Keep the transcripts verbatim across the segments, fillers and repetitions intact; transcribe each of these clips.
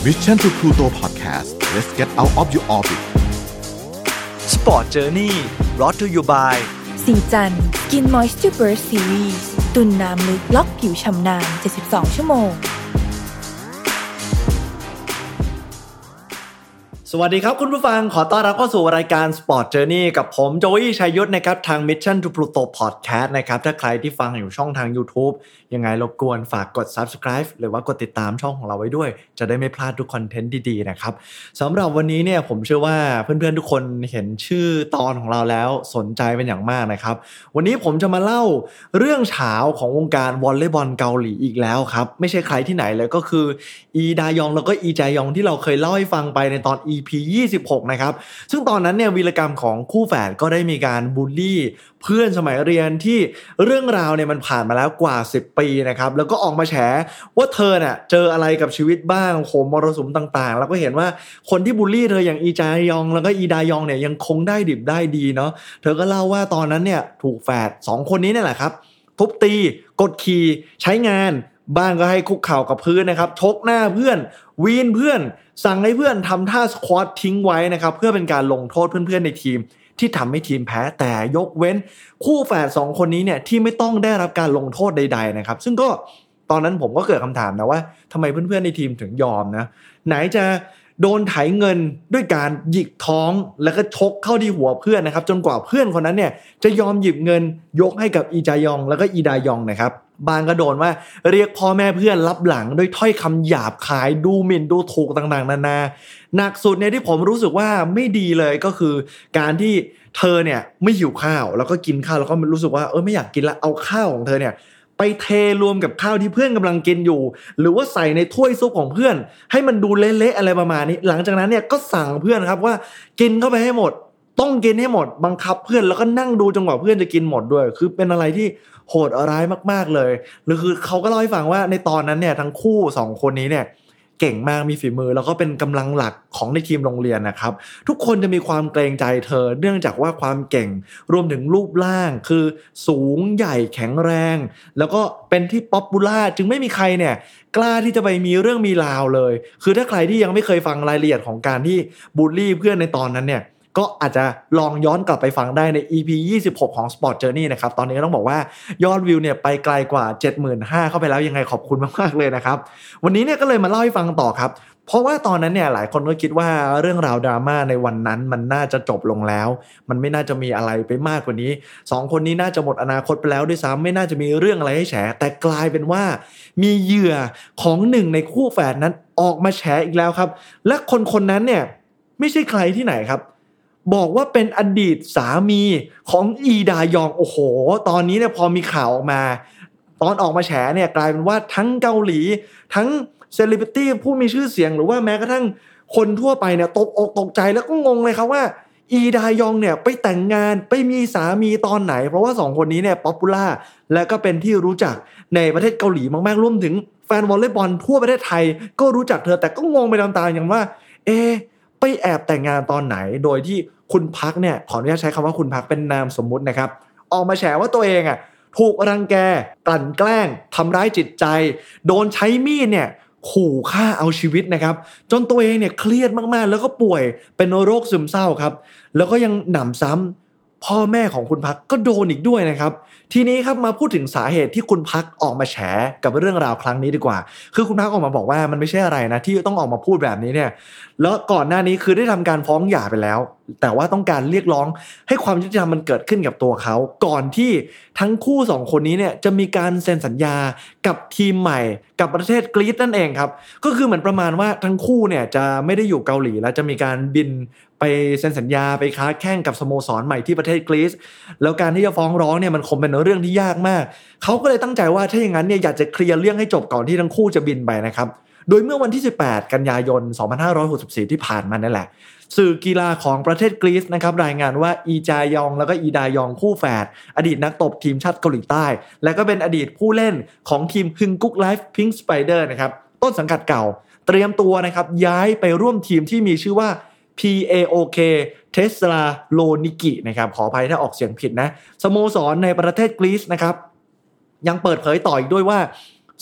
Mission to Pluto Podcast let's get out of your orbit Sport Journey brought to you by สีจัน Skin Moisture Burst Series ตุ่นน้ำลึกล็อกผิวฉ่ำนานเจ็ดสิบสองชั่วโมงสวัสดีครับคุณผู้ฟังขอต้อนรับเข้าสู่รายการ Sport Journey กับผมโจวี่ชัยยุทธนะครับทาง Mission to Pluto Podcast นะครับถ้าใครที่ฟังอยู่ช่องทาง YouTube ยังไงรบกวนฝากกด Subscribe หรือว่ากดติดตามช่องของเราไว้ด้วยจะได้ไม่พลาดทุกคอนเทนต์ดีๆนะครับสำหรับวันนี้เนี่ยผมเชื่อว่าเพื่อนๆทุกคนเห็นชื่อตอนของเราแล้วสนใจเป็นอย่างมากนะครับวันนี้ผมจะมาเล่าเรื่องเฉาของวงการวอลเลย์บอลเกาหลีอีกแล้วครับไม่ใช่ใครที่ไหนเลยก็คืออีดายองแล้วก็อีแจยองที่เราเคยเล่าให้ฟังไปในตอน อี พี ยี่สิบหกนะครับซึ่งตอนนั้นเนี่ยวีรกรรมของคู่แฝดก็ได้มีการบูลลี่เพื่อนสมัยเรียนที่เรื่องราวเนี่ยมันผ่านมาแล้วกว่าสิบปีนะครับแล้วก็ออกมาแฉว่าเธอเนี่ยเจออะไรกับชีวิตบ้างโหมรสุมต่างๆแล้วก็เห็นว่าคนที่บูลลี่เธออย่างอีจายองแล้วก็อีดายองเนี่ยยังคงได้ดิบได้ดีเนาะเธอก็เล่าว่าตอนนั้นเนี่ยถูกแฝดสองคนนี้เนี่ยแหละครับทุบตีกดขี่ใช้งานบ้างก็ให้คุกเข่ากับพื้นนะครับชกหน้าเพื่อนวีนเพื่อนสั่งให้เพื่อนทำท่าสควอตทิ้งไว้นะครับเพื่อเป็นการลงโทษเพื่อนๆในทีมที่ทำให้ทีมแพ้แต่ยกเว้นคู่แฝดสองคนนี้เนี่ยที่ไม่ต้องได้รับการลงโทษใดๆนะครับซึ่งก็ตอนนั้นผมก็เกิดคำถามนะว่าทำไมเพื่อนๆในทีมถึงยอมนะไหนจะโดนไถเงินด้วยการหยิกท้องแล้วก็ชกเข้าที่หัวเพื่อนนะครับจนกว่าเพื่อนคนนั้นเนี่ยจะยอมหยิบเงินยกให้กับอีจายองแล้วก็อีดายองนะครับบางก็โดนว่าเรียกพ่อแม่เพื่อนลับหลังด้วยถ้อยคำหยาบคายดูหมิ่นดูถูกต่างๆนานาหนักสุดเนี่ยที่ผมรู้สึกว่าไม่ดีเลยก็คือการที่เธอเนี่ยไม่หิวข้าวแล้วก็กินข้าวแล้วก็รู้สึกว่าเออไม่อยากกินละเอาข้าวของเธอเนี่ยไปเทรวมกับข้าวที่เพื่อนกำลังกินอยู่หรือว่าใส่ในถ้วยซุปของเพื่อนให้มันดูเละๆอะไรประมาณนี้หลังจากนั้นเนี่ยก็สั่งเพื่อนครับว่ากินเข้าไปให้หมดต้องกินให้หมดบังคับเพื่อนแล้วก็นั่งดูจนกว่าเพื่อนจะกินหมดด้วยคือเป็นอะไรที่โหดร้ายมากๆเลยหรือคือเขาก็เล่าให้ฟังว่าในตอนนั้นเนี่ยทั้งคู่สองคนนี้เนี่ยเก่งมากมีฝีมือแล้วก็เป็นกำลังหลักของในทีมโรงเรียนนะครับทุกคนจะมีความเกรงใจเธอเนื่องจากว่าความเก่งรวมถึงรูปร่างคือสูงใหญ่แข็งแรงแล้วก็เป็นที่ป๊อปปูล่าจึงไม่มีใครเนี่ยกล้าที่จะไปมีเรื่องมีราวเลยคือถ้าใครที่ยังไม่เคยฟังรายละเอียดของการที่บูลลี่เพื่อนในตอนนั้นเนี่ยก็อาจจะลองย้อนกลับไปฟังได้ใน อี พี ยี่สิบหกของ Sport Journey นะครับตอนนี้ก็ต้องบอกว่ายอดวิวเนี่ยไปไกลกว่า เจ็ดหมื่นห้าพัน เข้าไปแล้วยังไงขอบคุณมากๆเลยนะครับวันนี้เนี่ยก็เลยมาเล่าให้ฟังต่อครับเพราะว่าตอนนั้นเนี่ยหลายคนก็คิดว่าเรื่องราวดราม่าในวันนั้นมันน่าจะจบลงแล้วมันไม่น่าจะมีอะไรไปมากกว่านี้สองคนนี้น่าจะหมดอนาคตไปแล้วด้วยซ้ำไม่น่าจะมีเรื่องอะไรให้แฉแต่กลายเป็นว่ามีเหยื่อของหนึ่งในคู่แฝดนั้นออกมาแฉอีกแล้วครับและคนคนนั้นเนี่ยไม่ใช่ใครที่ไหนครับบอกว่าเป็นอดีตสามีของอีดายองโอ้โหตอนนี้เนี่ยพอมีข่าวออกมาตอนออกมาแฉเนี่ยกลายเป็นว่าทั้งเกาหลีทั้งเซเลบริตี้ผู้มีชื่อเสียงหรือว่าแม้กระทั่งคนทั่วไปเนี่ยตกอกตกใจแล้วก็งงเลยครับว่าอีดายองเนี่ยไปแต่งงานไปมีสามีตอนไหนเพราะว่าสองคนนี้เนี่ยป๊อปปูล่าและก็เป็นที่รู้จักในประเทศเกาหลีมากๆรวมถึงแฟนวอลเลย์บอลทั่วประเทศไทยก็รู้จักเธอแต่ก็งงไปตามๆอย่างว่าเอ๊ไปแอบแต่งงานตอนไหนโดยที่คุณพักเนี่ยขออนุญาตใช้คำว่าคุณพักเป็นนามสมมุตินะครับออกมาแฉว่าตัวเองอ่ะถูกรังแกกลั่นแกล้งทำร้ายจิตใจโดนใช้มีดเนี่ยขู่ฆ่าเอาชีวิตนะครับจนตัวเองเนี่ยเครียดมากๆแล้วก็ป่วยเป็นโรคซึมเศร้าครับแล้วก็ยังหนำซ้ำพ่อแม่ของคุณพักก็โดนอีกด้วยนะครับทีนี้ครับมาพูดถึงสาเหตุที่คุณพักออกมาแฉกับเรื่องราวครั้งนี้ดีกว่าคือคุณพักออกมาบอกว่ามันไม่ใช่อะไรนะที่ต้องออกมาพูดแบบนี้เนี่ยแล้วก่อนหน้านี้คือได้ทำการฟ้องหย่าไปแล้วแต่ว่าต้องการเรียกร้องให้ความยุติธรรมมันเกิดขึ้นกับตัวเขาก่อนที่ทั้งคู่สองคนนี้เนี่ยจะมีการเซ็นสัญญากับทีมใหม่กับประเทศกรีซนั่นเองครับก็คือเหมือนประมาณว่าทั้งคู่เนี่ยจะไม่ได้อยู่เกาหลีแล้วจะมีการบินไปเซ็นสัญญาไปค้าแข่งกับสโมสรใหม่ที่ประเทศกรีซแล้วการที่จะฟ้องร้องเนี่ยมันคงเป็นเรื่องที่ยากมากเขาก็เลยตั้งใจว่าถ้าอย่างนั้นเนี่ยอยากจะเคลียร์เรื่องให้จบก่อนที่ทั้งคู่จะบินไปนะครับโดยเมื่อวันที่สิบแปดกันยายนสองพันห้าร้อยหกสิบสี่ที่ผ่านมานั่นแหละสื่อกีฬาของประเทศกรีซนะครับรายงานว่าอีจายองแล้วก็อีดายองคู่แฝดอดีตนักตบทีมชาติเกาหลีใต้และก็เป็นอดีตผู้เล่นของทีมฮึงกุ๊กไลฟ์พิงค์สไปเดอร์นะครับต้นสังกัดเก่าเตรียมตัวนะครับย้ายไปร่วมทีมที่มีชื่อว่า พี เอ โอ เค Tesla Loniki นะครับขออภัยถ้าออกเสียงผิดนะสโมสรในประเทศกรีซนะครับยังเปิดเผยต่ออีกด้วยว่า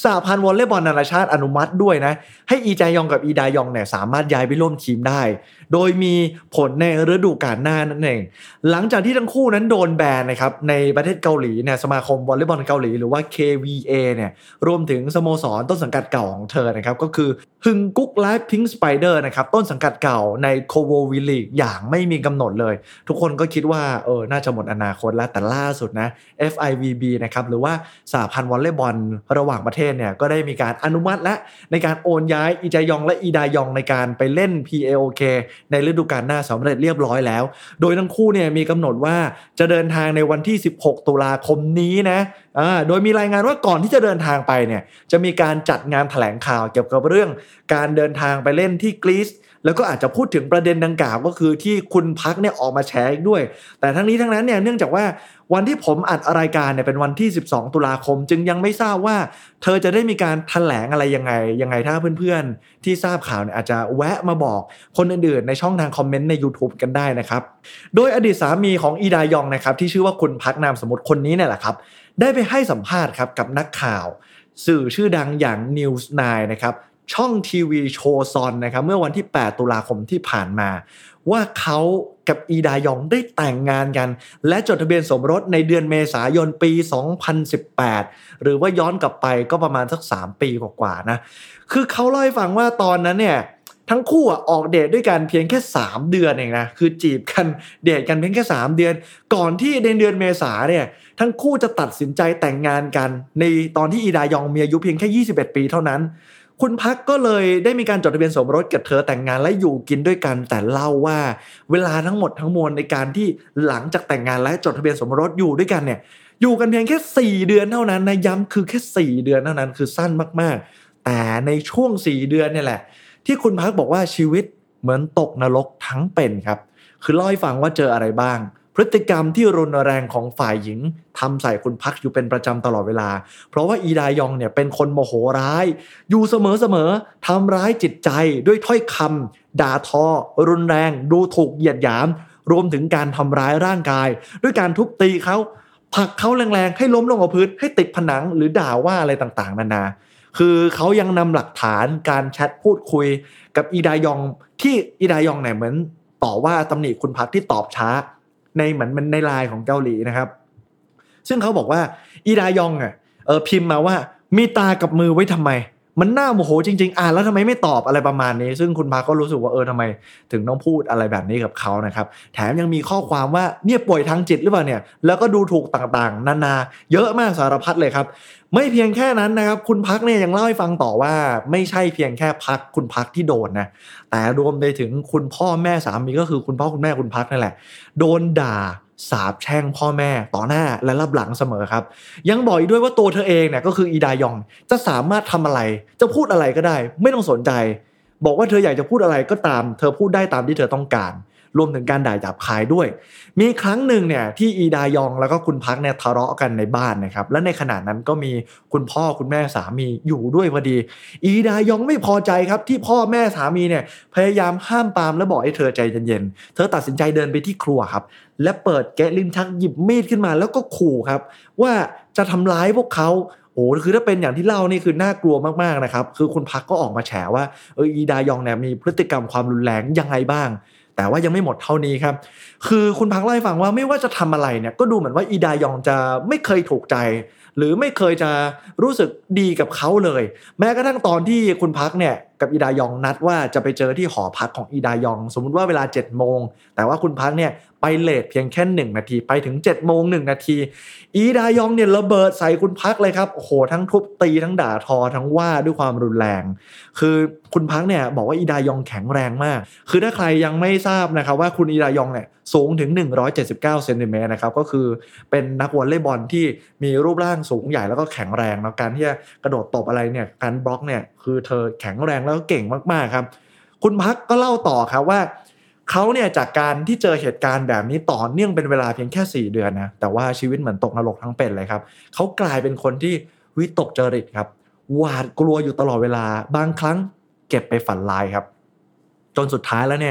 สหพันธ์วอลเลย์บอลนานาชาติอนุมัติด้วยนะให้อีจายองกับอีดายองเนี่ยสามารถย้ายไปร่วมทีมได้โดยมีผลในฤดูกาลหน้านั่นเองหลังจากที่ทั้งคู่นั้นโดนแบนนะครับในประเทศเกาหลีเนี่ยสมาคมวอลเลย์บอลเกาหลีหรือว่า เค วี เอ เนี่ยรวมถึงสโมสรต้นสังกัดเก่าของเธอนะครับก็คือฮึงกุ๊กไลฟ์พิงค์สไปเดอร์นะครับต้นสังกัดเก่าในโคโววิลีกอย่างไม่มีกำหนดเลยทุกคนก็คิดว่าเออน่าจะหมดอนาคตแล้วแต่ล่าสุดนะ เอฟ ไอ วี บี นะครับหรือว่าสหพันธ์วอลเลย์บอลระหว่างประเทศเนี่ยก็ได้มีการอนุมัติและในการโอนย้ายอีจายองและอีดายองในการไปเล่น พี เอ โอ เค ในฤดูกาลหน้าสำเร็จเรียบร้อยแล้วโดยทั้งคู่เนี่ยมีกำหนดว่าจะเดินทางในวันที่สิบหกตุลาคมนี้นะอ่าโดยมีรายงานว่าก่อนที่จะเดินทางไปเนี่ยจะมีการจัดงานแถลงข่าวเกี่ยวกับเรื่องการเดินทางไปเล่นที่กรีซแล้วก็อาจจะพูดถึงประเด็นดังกล่าวก็คือที่คุณพักเนี่ยออกมาแชร์อีกด้วยแต่ทั้งนี้ทั้งนั้นเนี่ยเนื่องจากว่าวันที่ผมอัดรายการเนี่ยเป็นวันที่สิบสองตุลาคมจึงยังไม่ทราบว่าเธอจะได้มีการแถลงอะไรยังไงยังไงถ้าเพื่อนๆที่ทราบข่าวเนี่ยอาจจะแวะมาบอกคนอื่นๆในช่องทางคอมเมนต์ใน YouTube กันได้นะครับโดยอดีตสามีของอีดายองนะครับที่ชื่อว่าคุณพักนามสมมุติคนนี้เนี่ยแหละครับได้ไปให้สัมภาษณ์ครับกับนักข่าวสื่อชื่อดังอย่าง นิวส์ไนน์ นะครับช่องทีวีโชซอนนะครับเมื่อวันที่แปดตุลาคมที่ผ่านมาว่าเขากับอีดายองได้แต่งงานกันและจดทะเบียนสมรสในเดือนเมษายนปีสองพันสิบแปดหรือว่าย้อนกลับไปก็ประมาณสักสามปีกว่าๆนะคือเขาเล่าให้ฟังว่าตอนนั้นเนี่ยทั้งคู่ออกเดทด้วยกันเพียงแค่สามเดือนเองนะคือจีบกันเดทกันเพียงแค่สามเดือนก่อนที่ในเดือนเมษาเนี่ยทั้งคู่จะตัดสินใจแต่งงานกันในตอนที่อีดายองมีอายุเพียงแค่ยี่สิบเอ็ดปีเท่านั้นคุณพักก็เลยได้มีการจดทะเบียนสมรสกับเธอแต่งงานและอยู่กินด้วยกันแต่เล่าว่าเวลาทั้งหมดทั้งมวลในการที่หลังจากแต่งงานและจดทะเบียนสมรสอยู่ด้วยกันเนี่ยอยู่กันเพียงแค่สี่เดือนเท่านั้นนะย้ำคือแค่สี่เดือนเท่านั้นคือสั้นมากๆแต่ในช่วงสี่เดือนเนี่ยแหละที่คุณพักบอกว่าชีวิตเหมือนตกนรกทั้งเป็นครับคือเล่าให้ฟังว่าเจออะไรบ้างพฤติกรรมที่รุนแรงของฝ่ายหญิงทำใส่คุณพักอยู่เป็นประจำตลอดเวลาเพราะว่าอีดายองเนี่ยเป็นคนโมโหร้ายอยู่เสมอๆทำร้ายจิตใจด้วยถ้อยคำด่าทอรุนแรงดูถูกเหยียดหยามรวมถึงการทำร้ายร่างกายด้วยการทุบตีเขาผลักเขาแรงๆให้ล้มลงกับพื้นให้ติดผนังหรือด่าว่าอะไรต่างๆนานาคือเขายังนำหลักฐานการแชทพูดคุยกับอีดายองที่อีดายองเนี่ยเหมือนต่อว่าตำหนิคุณพักที่ตอบช้าในเหมือนมันในไลน์ของเกาหลีนะครับซึ่งเขาบอกว่าอีดายองอ่ะเออพิมพ์มาว่ามีตากับมือไว้ทำไมมันน่าโมโหจริงๆอ่านแล้วทำไมไม่ตอบอะไรประมาณนี้ซึ่งคุณพักก็รู้สึกว่าเออทำไมถึงต้องพูดอะไรแบบนี้กับเขานะครับแถมยังมีข้อความว่าเนี่ยป่วยทางจิตหรือเปล่าเนี่ยแล้วก็ดูถูกต่างๆนานาเยอะมากสารพัดเลยครับไม่เพียงแค่นั้นนะครับคุณพักเนี่ยยังเล่าให้ฟังต่อว่าไม่ใช่เพียงแค่พักคุณพักที่โดนนะแต่รวมไปถึงคุณพ่อแม่สามีก็คือคุณพ่อคุณแม่คุณพักนั่นแหละโดนด่าสาปแช่งพ่อแม่ต่อหน้าและรับหลังเสมอครับยังบอกอีกด้วยว่าตัวเธอเองเนี่ยก็คืออีดายองจะสามารถทำอะไรจะพูดอะไรก็ได้ไม่ต้องสนใจบอกว่าเธออยากจะพูดอะไรก็ตามเธอพูดได้ตามที่เธอต้องการรวมถึงการด่าหยาบคายด้วยมีครั้งหนึ่งเนี่ยที่อีดายองแล้วก็คุณพักเนี่ยทะเลาะกันในบ้านนะครับและในขณะนั้นก็มีคุณพ่อคุณแม่สามีอยู่ด้วยพอดีอีดายองไม่พอใจครับที่พ่อแม่สามีเนี่ยพยายามห้ามปรามและบอกให้เธอใจเย็นๆเธอตัดสินใจเดินไปที่ครัวครับและเปิดแกะลิ้นชักหยิบมีดขึ้นมาแล้วก็ขู่ครับว่าจะทำร้ายพวกเขาโอ้คือถ้าเป็นอย่างที่เล่านี่คือน่ากลัวมากๆนะครับคือคุณพักก็ออกมาแฉว่าเอออีดายองเนี่ยมีพฤติกรรมความรุนแรงยังไงบ้างแต่ว่ายังไม่หมดเท่านี้ครับคือคุณพักเล่าให้ฟังว่าไม่ว่าจะทำอะไรเนี่ยก็ดูเหมือนว่าอีดายองจะไม่เคยถูกใจหรือไม่เคยจะรู้สึกดีกับเขาเลยแม้กระทั่งตอนที่คุณพักเนี่ยกับอีดายองนัดว่าจะไปเจอที่หอพักของอีดายองสมมุติว่าเวลา เจ็ดโมงแต่ว่าคุณพักเนี่ยไปเลทเพียงแค่หนึ่งนาทีไปถึง เจ็ดโมงหนึ่งนาทีอีดายองเนี่ยระเบิดใส่คุณพักเลยครับโอ้โหทั้งทุบตีทั้งด่าทอทั้งว่าด้วยความรุนแรงคือคุณพักเนี่ยบอกว่าอีดายองแข็งแรงมากคือถ้าใครยังไม่ทราบนะครับว่าคุณอีดายองเนี่ยสูงถึงหนึ่งร้อยเจ็ดสิบเก้าเซนติเมตรนะครับก็คือเป็นนักวอลเลย์บอลที่มีรูปร่างสูงใหญ่แล้วก็แข็งแรงแล้วการที่จะกระโดดตบอะไรเนี่ยการบล็อกเนี่ยคือเธอแข็งแรงแล้วก็เก่งมากๆครับคุณพักก็เล่าต่อครับว่าเขาเนี่ยจากการที่เจอเหตุการณ์แบบนี้ต่อเนื่องเป็นเวลาเพียงแค่สี่เดือนนะแต่ว่าชีวิตเหมือนตกนรกทั้งเป็นเลยครับเขากลายเป็นคนที่วิตกจริตครับหวาดกลัวอยู่ตลอดเวลาบางครั้งเก็บไปฝันร้ายครับจนสุดท้ายแล้วเนี่ย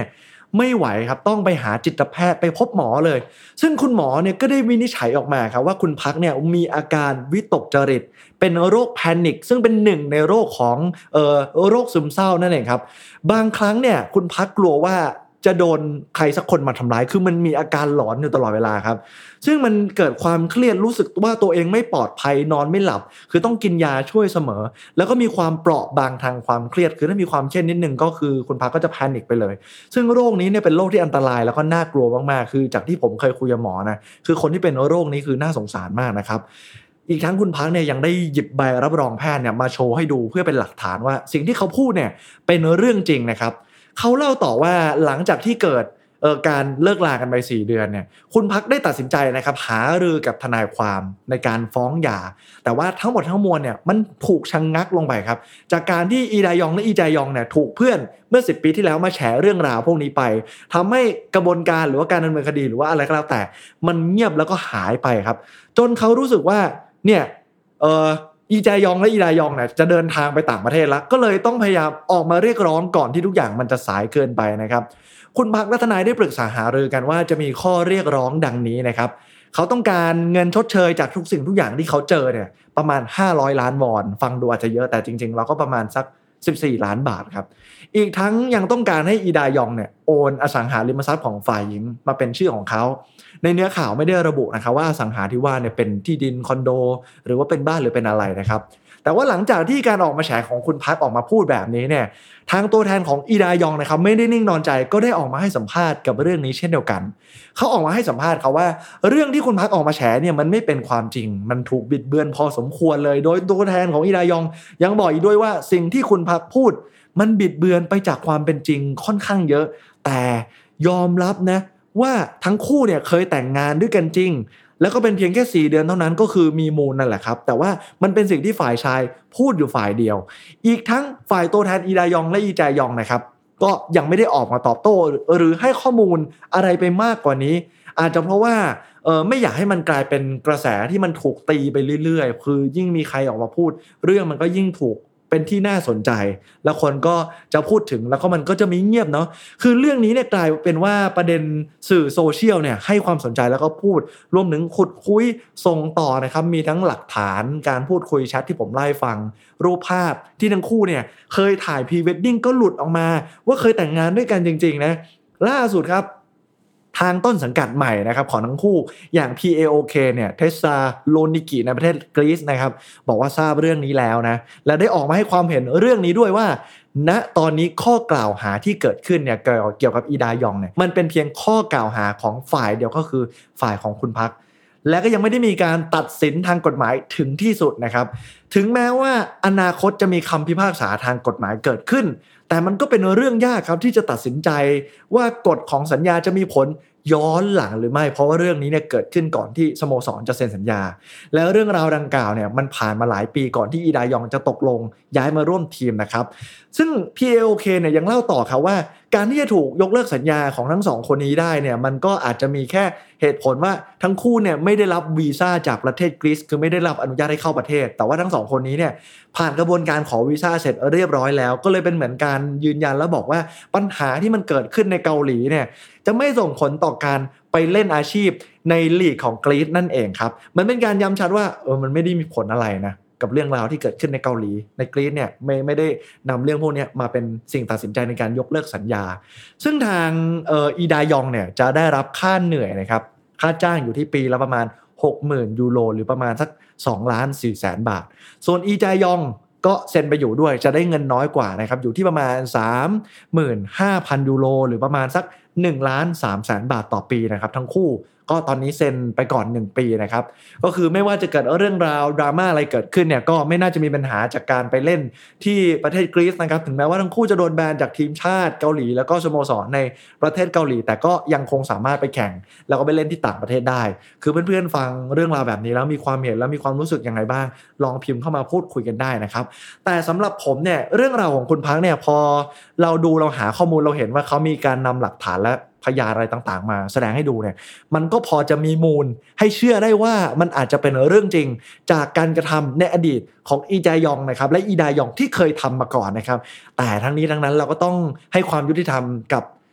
ไม่ไหวครับต้องไปหาจิตแพทย์ไปพบหมอเลยซึ่งคุณหมอเนี่ยก็ได้วินิจฉัยออกมาครับว่าคุณพักเนี่ยมีอาการวิตกจริตเป็นโรคแพนิคซึ่งเป็นหนึ่งในโรคของเอ่อโรคซึมเศร้านั่นเองครับบางครั้งเนี่ยคุณพักกลัวว่าจะโดนใครสักคนมาทำร้ายคือมันมีอาการหลอนอยู่ตลอดเวลาครับซึ่งมันเกิดความเครียดรู้สึกว่าตัวเองไม่ปลอดภัยนอนไม่หลับคือต้องกินยาช่วยเสมอแล้วก็มีความเปราะบางทางความเครียดคือถ้ามีความเครียดนิดนึงก็คือคุณพักก็จะแพนิคไปเลยซึ่งโรคนี้เนี่ยเป็นโรคที่อันตรายแล้วก็น่ากลัวมากๆคือจากที่ผมเคยคุยกับหมอนะคือคนที่เป็นโรคนี้คือน่าสงสารมากนะครับอีกทั้งคุณพักเนี่ยยังได้หยิบใบรับรองแพทย์เนี่ยมาโชว์ให้ดูเพื่อเป็นหลักฐานว่าสิ่งที่เขาพูดเนี่ยเป็นเรื่องจริงนะครับเขาเล่าต่อว่าหลังจากที่เกิดเอ่อการเลิกลากันไปสี่เดือนเนี่ยคุณพักได้ตัดสินใจนะครับหารือกับทนายความในการฟ้องหย่าแต่ว่าทั้งหมดทั้งมวลเนี่ยมันถูกชะงงักลงไปครับจากการที่อีดายองและอีจายองเนี่ยถูกเพื่อนเมื่อสิบปีที่แล้วมาแฉเรื่องราวพวกนี้ไปทำให้กระบวนการหรือว่าการดำเนินคดีหรือว่าอะไรก็แล้วแต่มันเงียบแล้วก็หายไปครับจนเขารู้สึกว่าเนี่ยเอ่ออีจายองและอีดายองเนี่ยจะเดินทางไปต่างประเทศแล้วก็เลยต้องพยายามออกมาเรียกร้องก่อนที่ทุกอย่างมันจะสายเกินไปนะครับคุณพักและทนายได้ปรึกษาหารือกันว่าจะมีข้อเรียกร้องดังนี้นะครับเขาต้องการเงินชดเชยจากทุกสิ่งทุกอย่างที่เขาเจอเนี่ยประมาณห้าร้อยล้านวอนฟังดูอาจจะเยอะแต่จริงๆเราก็ประมาณสักสิบสี่ล้านบาทครับอีกทั้งยังต้องการให้อีดายองเนี่ยโอนอสังหาริมทรัพย์ของฝ่ายหญิงมาเป็นชื่อของเขาในเนื้อข่าวไม่ได้ระบุนะครับว่าอสังหาที่ว่าเนี่ยเป็นที่ดินคอนโดหรือว่าเป็นบ้านหรือเป็นอะไรนะครับแต่ว่าหลังจากที่การออกมาแฉของคุณพักออกมาพูดแบบนี้เนี่ยทางตัวแทนของอีดายองนะครับไม่ได้นิ่งนอนใจก็ได้ออกมาให้สัมภาษณ์กับเรื่องนี้เช่นเดียวกันเขาออกมาให้สัมภาษณ์เขาว่าเรื่องที่คุณพักออกมาแฉเนี่ยมันไม่เป็นความจริงมันถูกบิดเบือนพอสมควรเลยโดยตัวแทนของอีดายองยังบอกอีกด้วยว่าสิ่งที่คุณพักพูดมันบิดเบือนไปจากความเป็นจริงค่อนข้างเยอะแต่ยอมรับนะว่าทั้งคู่เนี่ยเคยแต่งงานด้วยกันจริงแล้วก็เป็นเพียงแค่สี่เดือนเท่านั้นก็คือมีมูลนั่นแหละครับแต่ว่ามันเป็นสิ่งที่ฝ่ายชายพูดอยู่ฝ่ายเดียวอีกทั้งฝ่ายตัวแทนอีดายองและอีจายองนะครับก็ยังไม่ได้ออกมาตอบโต้หรือให้ข้อมูลอะไรไปมากกว่านี้อาจจะเพราะว่าเออไม่อยากให้มันกลายเป็นกระแสที่มันถูกตีไปเรื่อยๆคือยิ่งมีใครออกมาพูดเรื่องมันก็ยิ่งถูกเป็นที่น่าสนใจแล้วคนก็จะพูดถึงแล้วก็มันก็จะมีเงียบเนาะคือเรื่องนี้เนี่ยกลายเป็นว่าประเด็นสื่อโซเชียลเนี่ยให้ความสนใจแล้วก็พูดรวมถึงขุดคุยส่งต่อนะครับมีทั้งหลักฐานการพูดคุยแชทที่ผมไล่ฟังรูปภาพที่ทั้งคู่เนี่ยเคยถ่ายพรีเวดดิ้งก็หลุดออกมาว่าเคยแต่งงานด้วยกันจริงๆนะล่าสุดครับทางต้นสังกัดใหม่นะครับของทั้งคู่อย่าง พี เอ โอ เค เนี่ยเทสซาโลนิกิในประเทศกรีซนะครับบอกว่าทราบเรื่องนี้แล้วนะและได้ออกมาให้ความเห็นเรื่องนี้ด้วยว่าณตอนนี้ข้อกล่าวหาที่เกิดขึ้นเนี่ยเกี่ยวกับอีดายองเนี่ยมันเป็นเพียงข้อกล่าวหาของฝ่ายเดียวก็คือฝ่ายของคุณพักและก็ยังไม่ได้มีการตัดสินทางกฎหมายถึงที่สุดนะครับถึงแม้ว่าอนาคตจะมีคำพิพากษาทางกฎหมายเกิดขึ้นแต่มันก็เป็นเรื่องยากครับที่จะตัดสินใจว่ากฎของสัญญาจะมีผลย้อนหลังหรือไม่เพราะว่าเรื่องนี้เนี่ยเกิดขึ้นก่อนที่สโมสรจะเซ็นสัญญาแล้วเรื่องราวดังกล่าวเนี่ยมันผ่านมาหลายปีก่อนที่อีดายองจะตกลงย้ายมาร่วมทีมนะครับซึ่ง พี เอ โอ เค เนี่ยยังเล่าต่อครับว่าการที่จะถูกยกเลิกสัญญาของทั้งสองคนนี้ได้เนี่ยมันก็อาจจะมีแค่เหตุผลว่าทั้งคู่เนี่ยไม่ได้รับวีซ่าจากประเทศกรีซคือไม่ได้รับอนุญาตให้เข้าประเทศแต่ว่าทั้งสองคนนี้เนี่ยผ่านกระบวนการขอวีซ่าเสร็จเรียบร้อยแล้วก็เลยเป็นเหมือนการยืนยันแล้วบอกว่าปัญหาที่มันเกิดขึ้นในเกาหลีเนี่ยจะไม่ส่งผลต่อการไปเล่นอาชีพในลีกของกรีซนั่นเองครับมันเป็นการย้ำชัดว่าเออมันไม่ได้มีผลอะไรนะกับเรื่องราวที่เกิดขึ้นในเกาหลีในกรีซเนี่ยไม่ไม่ได้นำเรื่องพวกนี้มาเป็นสิ่งตัดสินใจในการยกเลิกสัญญาซึ่งทางเอ่ออีดายองเนี่ยจะได้รับค่าเหนื่อยนะครับค่าจ้างอยู่ที่ปีละประมาณ หกหมื่น ยูโรหรือประมาณสักสองล้านสี่แสนบาทส่วนอีจายองก็เซ็นไปอยู่ด้วยจะได้เงินน้อยกว่านะครับอยู่ที่ประมาณ สามหมื่นห้าพัน ยูโรหรือประมาณสักหนึ่งล้านสามแสนบาทต่อปีนะครับทั้งคู่ก็ตอนนี้เซ็นไปก่อนหนึ่งปีนะครับก็คือไม่ว่าจะเกิดเรื่องราวดราม่าอะไรเกิดขึ้นเนี่ยก็ไม่น่าจะมีปัญหาจากการไปเล่นที่ประเทศกรีซนะครับถึงแม้ว่าทั้งคู่จะโดนแบนจากทีมชาติเกาหลีแล้วก็สโมสรในประเทศเกาหลีแต่ก็ยังคงสามารถไปแข่งแล้วก็ไปเล่นที่ต่างประเทศได้คือเพื่อนๆฟังเรื่องราวแบบนี้แล้วมีความเห็นแล้วมีความรู้สึกยังไงบ้างลองพิมพ์เข้ามาพูดคุยกันได้นะครับแต่สำหรับผมเนี่ยเรื่องราวของคุณพักเนี่ยพอเราดูเราหาข้อมูลเราเห็นว่าเขามีการนำหลักฐานและพยานอะไรต่างๆมาแสดงให้ดูเนี่ยมันก็พอจะมีมูลให้เชื่อได้ว่ามันอาจจะเป็นเรื่องจริงจากการกระทำในอดีตของอีจายองนะครับและอีดายองที่เคยทำมาก่อนนะครับแต่ทั้งนี้ทั้งนั้นเราก็ต้องให้ความยุติธรรมกับ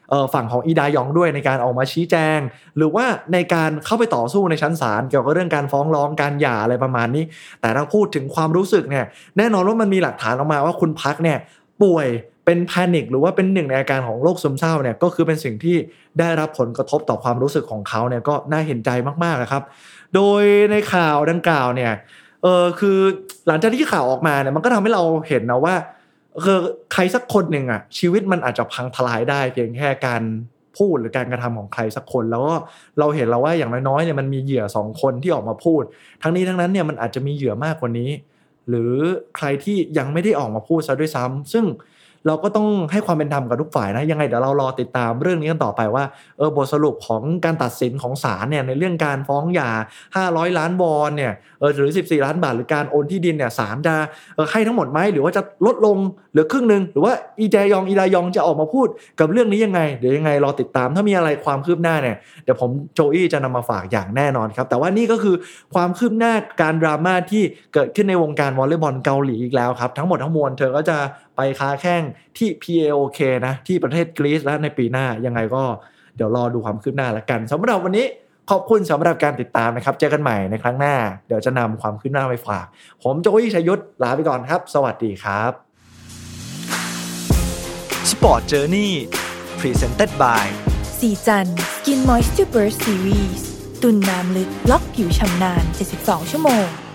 เอ่อฝั่งของอีดายองด้วยในการออกมาชี้แจงหรือว่าในการเข้าไปต่อสู้ในชั้นศาลเกี่ยวกับเรื่องการฟ้องร้องการหย่าอะไรประมาณนี้แต่ถ้าพูดถึงความรู้สึกเนี่ยแน่นอนว่ามันมีหลักฐานออกมาว่าคุณพักเนี่ยป่วยเป็นแพนิคหรือว่าเป็นหนึ่งในอาการของโรคซึมเศร้าเนี่ยก็คือเป็นสิ่งที่ได้รับผลกระทบต่อความรู้สึกของเขาเนี่ยก็น่าเห็นใจมากๆครับโดยในข่าวดังกล่าวเนี่ยเออคือหลังจากที่ข่าวออกมาเนี่ยมันก็ทำให้เราเห็นนะว่าคือใครสักคนหนึ่งอ่ะชีวิตมันอาจจะพังทลายได้เพียงแค่การพูดหรือการกระทำของใครสักคนแล้วก็เราเห็นแล้วว่าอย่างน้อยๆเนี่ยมันมีเหยื่อสองคนที่ออกมาพูดทั้งนี้ทั้งนั้นเนี่ยมันอาจจะมีเหยื่อมากกว่านี้หรือใครที่ยังไม่ได้ออกมาพูดซะด้วยซ้ำซึ่งเราก็ต้องให้ความเป็นธรรมกับทุกฝ่ายนะยังไงเดี๋ยวเรารอติดตามเรื่องนี้กันต่อไปว่าเออบทสรุปของการตัดสินของศาลเนี่ยในเรื่องการฟ้องหย่าห้าร้อยล้านวอนเนี่ยเออหรือสิบสี่ล้านบาทหรือการโอนที่ดินเนี่ยศาลจะเออให้ทั้งหมดมั้ยหรือว่าจะลดลงเหลือครึ่งนึงหรือว่าอีแจยองอีดายองจะออกมาพูดกับเรื่องนี้ยังไงเดี๋ยวยังไงรอติดตามถ้ามีอะไรความคืบหน้าเนี่ยเดี๋ยวผมโจอี้จะนำมาฝากอย่างแน่นอนครับแต่ว่านี่ก็คือความคืบหน้าการดราม่าที่เกิดขึ้นในวงการวอลเลย์บอลเกาหลีอีกแล้วครับทั้งหมดทั้งมวลเธอก็จะไปค้าแข้งที่ พี เอ โอ เค นะที่ประเทศกรีซและในปีหน้ายังไงก็เดี๋ยวรอดูความคืบหน้าละกันสำหรับวันนี้ขอบคุณสำหรับการติดตามนะครับเจอกันใหม่ในครั้งหน้าเดี๋ยวจะนำความคืบหน้าไปฝากผมโจอี้ชัยยุทธลาไปก่อนครับสวัสดีครับ Sport Journey Presented by สีจัน Skin Moisture Burst Series ตุ่นน้ำลึกล็อกผิวชำนานเจ็ดสิบสองชั่วโมง